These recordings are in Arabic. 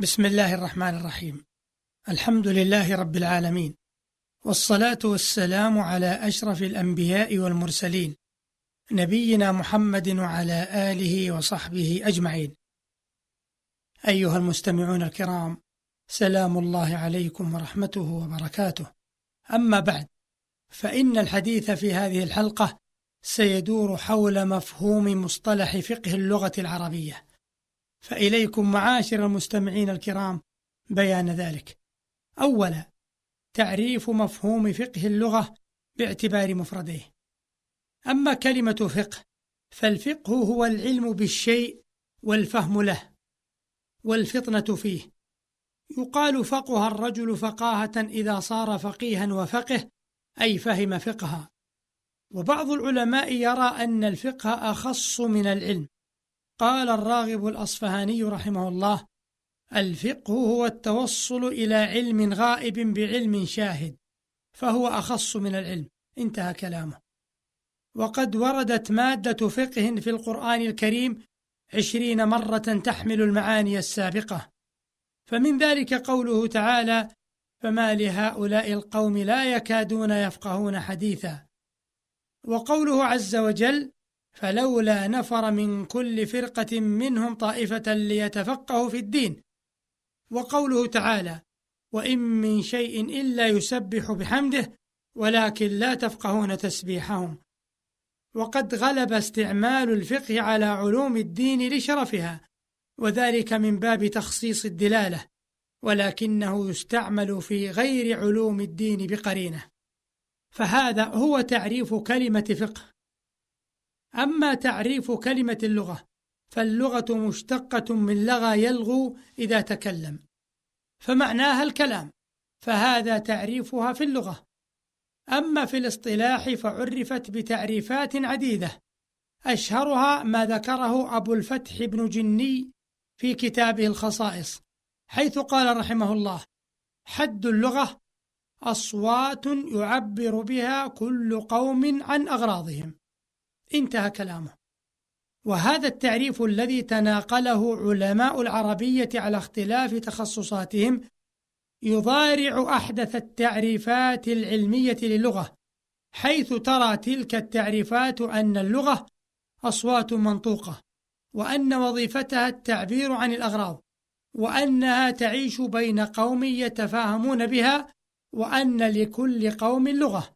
بسم الله الرحمن الرحيم. الحمد لله رب العالمين، والصلاة والسلام على أشرف الأنبياء والمرسلين، نبينا محمد وعلى آله وصحبه أجمعين. أيها المستمعون الكرام، سلام الله عليكم ورحمته وبركاته. أما بعد، فإن الحديث في هذه الحلقة سيدور حول مفهوم مصطلح فقه اللغة العربية، فإليكم معاشر المستمعين الكرام بيان ذلك. أولا، تعريف مفهوم فقه اللغة باعتبار مفرديه. أما كلمة فقه، فالفقه هو العلم بالشيء والفهم له والفطنة فيه. يقال فقه الرجل فقاهة إذا صار فقيها وفقه، أي فهم فقها. وبعض العلماء يرى أن الفقه أخص من العلم. قال الراغب الأصفهاني رحمه الله: الفقه هو التوصل إلى علم غائب بعلم شاهد، فهو أخص من العلم. انتهى كلامه. وقد وردت مادة فقه في القرآن الكريم 20 مرة تحمل المعاني السابقة، فمن ذلك قوله تعالى: فما لهؤلاء القوم لا يكادون يفقهون حديثا. وقوله عز وجل: فلولا نفر من كل فرقة منهم طائفة ليتفقهوا في الدين. وقوله تعالى: وإن من شيء إلا يسبح بحمده ولكن لا تفقهون تسبيحهم. وقد غلب استعمال الفقه على علوم الدين لشرفها، وذلك من باب تخصيص الدلالة، ولكنه يستعمل في غير علوم الدين بقرينة. فهذا هو تعريف كلمة فقه. أما تعريف كلمة اللغة، فاللغة مشتقة من لغى يلغو إذا تكلم، فمعناها الكلام، فهذا تعريفها في اللغة. أما في الاصطلاح فعرفت بتعريفات عديدة، أشهرها ما ذكره أبو الفتح بن جني في كتابه الخصائص، حيث قال رحمه الله: حد اللغة أصوات يعبر بها كل قوم عن أغراضهم. انتهى كلامه. وهذا التعريف الذي تناقله علماء العربية على اختلاف تخصصاتهم يضارع أحدث التعريفات العلمية للغة، حيث ترى تلك التعريفات أن اللغة أصوات منطوقة، وأن وظيفتها التعبير عن الأغراض، وأنها تعيش بين قوم يتفاهمون بها، وأن لكل قوم لغة.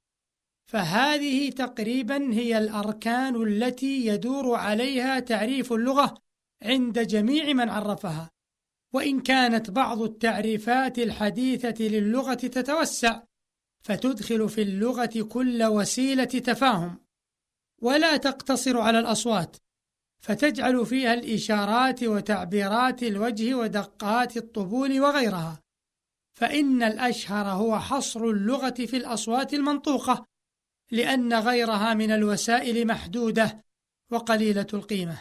فهذه تقريبا هي الأركان التي يدور عليها تعريف اللغة عند جميع من عرفها، وإن كانت بعض التعريفات الحديثة للغة تتوسع فتدخل في اللغة كل وسيلة تفاهم، ولا تقتصر على الأصوات، فتجعل فيها الإشارات وتعبيرات الوجه ودقات الطبول وغيرها. فإن الأشهر هو حصر اللغة في الأصوات المنطوقة، لأن غيرها من الوسائل محدودة وقليلة القيمة.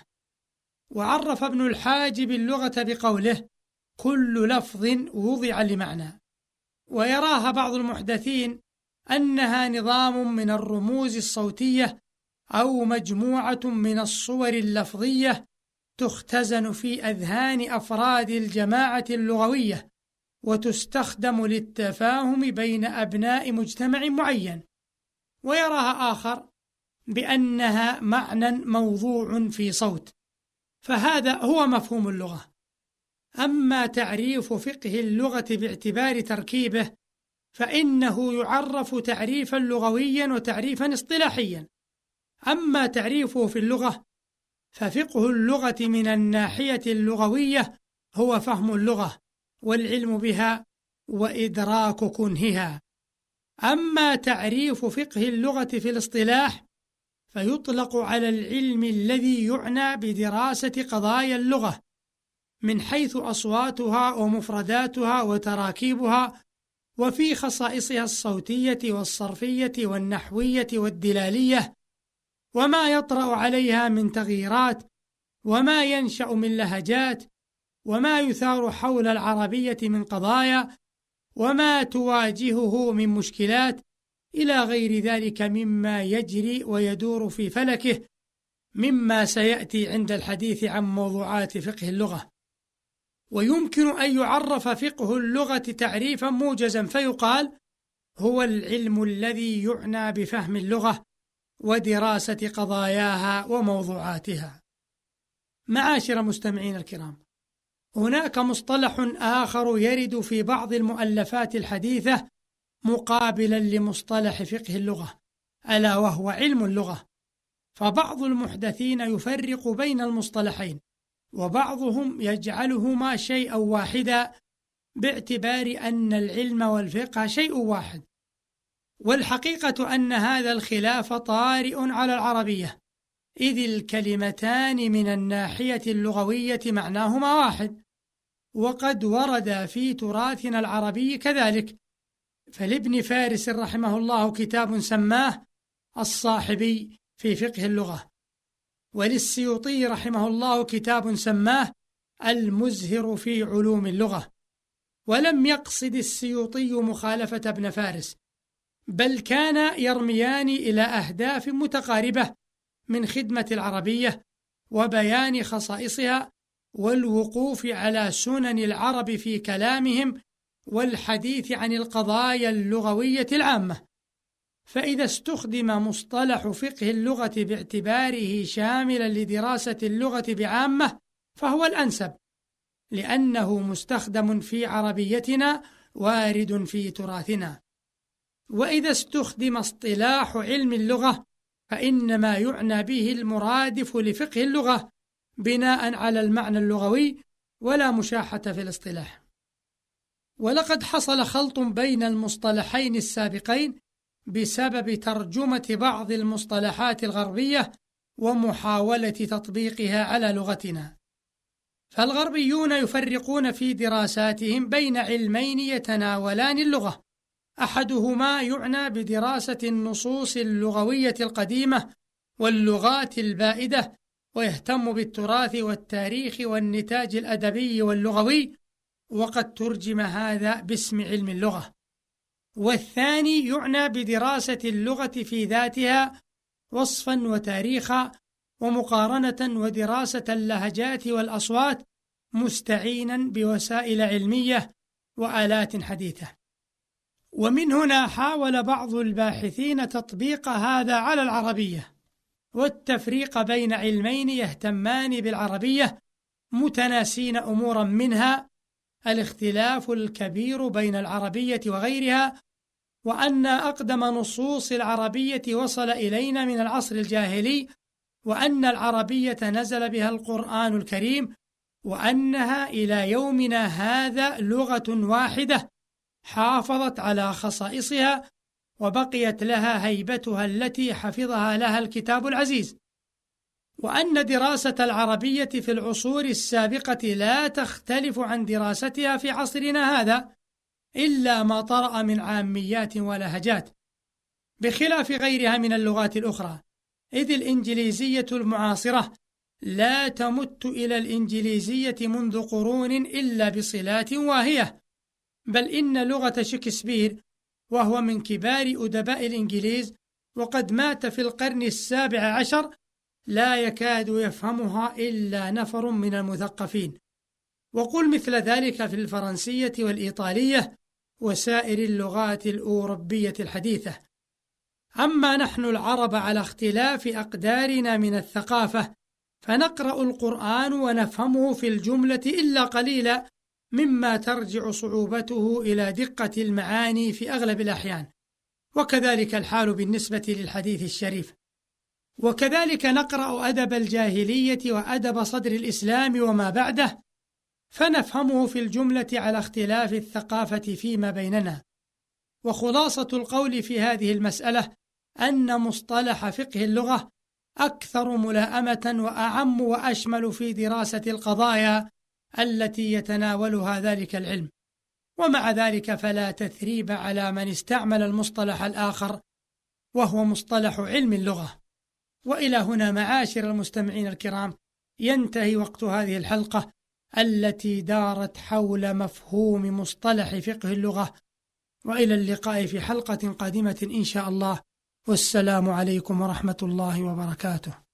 وعرف ابن الحاجب اللغة بقوله: كل لفظ وضع لمعنى. ويراها بعض المحدثين أنها نظام من الرموز الصوتية أو مجموعة من الصور اللفظية تختزن في أذهان أفراد الجماعة اللغوية، وتستخدم للتفاهم بين أبناء مجتمع معين. ويراها آخر بأنها معنى موضوع في صوت. فهذا هو مفهوم اللغة. أما تعريف فقه اللغة باعتبار تركيبه، فإنه يعرف تعريفا لغويا وتعريفا اصطلاحيا. أما تعريفه في اللغة، ففقه اللغة من الناحية اللغوية هو فهم اللغة والعلم بها وإدراك كنهها. أما تعريف فقه اللغة في الاصطلاح، فيطلق على العلم الذي يعنى بدراسة قضايا اللغة من حيث أصواتها ومفرداتها وتراكيبها، وفي خصائصها الصوتية والصرفية والنحوية والدلالية، وما يطرأ عليها من تغييرات، وما ينشأ من لهجات، وما يثار حول العربية من قضايا، وما تواجهه من مشكلات، إلى غير ذلك مما يجري ويدور في فلكه، مما سيأتي عند الحديث عن موضوعات فقه اللغة. ويمكن أن يعرف فقه اللغة تعريفا موجزا فيقال: هو العلم الذي يعنى بفهم اللغة ودراسة قضاياها وموضوعاتها. معاشر مستمعين الكرام، هناك مصطلح آخر يرد في بعض المؤلفات الحديثة مقابلا لمصطلح فقه اللغة، ألا وهو علم اللغة. فبعض المحدثين يفرق بين المصطلحين، وبعضهم يجعلهما شيئا واحدا باعتبار أن العلم والفقه شيء واحد. والحقيقة أن هذا الخلاف طارئ على العربية، إذ الكلمتان من الناحية اللغوية معناهما واحد، وقد ورد في تراثنا العربي كذلك. فلابن فارس رحمه الله كتاب سماه الصاحبي في فقه اللغة، وللسيوطي رحمه الله كتاب سماه المزهر في علوم اللغة. ولم يقصد السيوطي مخالفة ابن فارس، بل كان يرميان إلى أهداف متقاربة من خدمة العربية وبيان خصائصها والوقوف على سنن العرب في كلامهم والحديث عن القضايا اللغوية العامة. فإذا استخدم مصطلح فقه اللغة باعتباره شاملا لدراسة اللغة بعامة فهو الأنسب، لأنه مستخدم في عربيتنا وارد في تراثنا. وإذا استخدم اصطلاح علم اللغة فإنما يعنى به المرادف لفقه اللغة بناء على المعنى اللغوي، ولا مشاحة في الاصطلاح. ولقد حصل خلط بين المصطلحين السابقين بسبب ترجمة بعض المصطلحات الغربية ومحاولة تطبيقها على لغتنا. فالغربيون يفرقون في دراساتهم بين علمين يتناولان اللغة، أحدهما يعنى بدراسة النصوص اللغوية القديمة واللغات البائدة، ويهتم بالتراث والتاريخ والنتاج الأدبي واللغوي، وقد ترجم هذا باسم علم اللغة. والثاني يعنى بدراسة اللغة في ذاتها وصفا وتاريخا ومقارنة ودراسة اللهجات والأصوات، مستعينا بوسائل علمية وآلات حديثة. ومن هنا حاول بعض الباحثين تطبيق هذا على العربية، والتفريق بين علمين يهتمان بالعربية متناسين أمورا، منها الاختلاف الكبير بين العربية وغيرها، وأن أقدم نصوص العربية وصل إلينا من العصر الجاهلي، وأن العربية نزل بها القرآن الكريم، وأنها إلى يومنا هذا لغة واحدة حافظت على خصائصها وبقيت لها هيبتها التي حفظها لها الكتاب العزيز، وأن دراسة العربية في العصور السابقة لا تختلف عن دراستها في عصرنا هذا إلا ما طرأ من عاميات ولهجات، بخلاف غيرها من اللغات الأخرى، إذ الإنجليزية المعاصرة لا تمت إلى الإنجليزية منذ قرون إلا بصلات واهية، بل إن لغة شكسبير، وهو من كبار أدباء الإنجليز وقد مات في القرن 17، لا يكاد يفهمها إلا نفر من المثقفين. وقل مثل ذلك في الفرنسية والإيطالية وسائر اللغات الأوروبية الحديثة. أما نحن العرب على اختلاف أقدارنا من الثقافة، فنقرأ القرآن ونفهمه في الجملة إلا قليلا، مما ترجع صعوبته إلى دقة المعاني في أغلب الأحيان، وكذلك الحال بالنسبة للحديث الشريف. وكذلك نقرأ أدب الجاهلية وأدب صدر الإسلام وما بعده، فنفهمه في الجملة على اختلاف الثقافة فيما بيننا. وخلاصة القول في هذه المسألة أن مصطلح فقه اللغة أكثر ملائمة وأعم وأشمل في دراسة القضايا التي يتناولها ذلك العلم، ومع ذلك فلا تثريب على من استعمل المصطلح الآخر وهو مصطلح علم اللغة. وإلى هنا معاشر المستمعين الكرام ينتهي وقت هذه الحلقة التي دارت حول مفهوم مصطلح فقه اللغة، وإلى اللقاء في حلقة قادمة إن شاء الله، والسلام عليكم ورحمة الله وبركاته.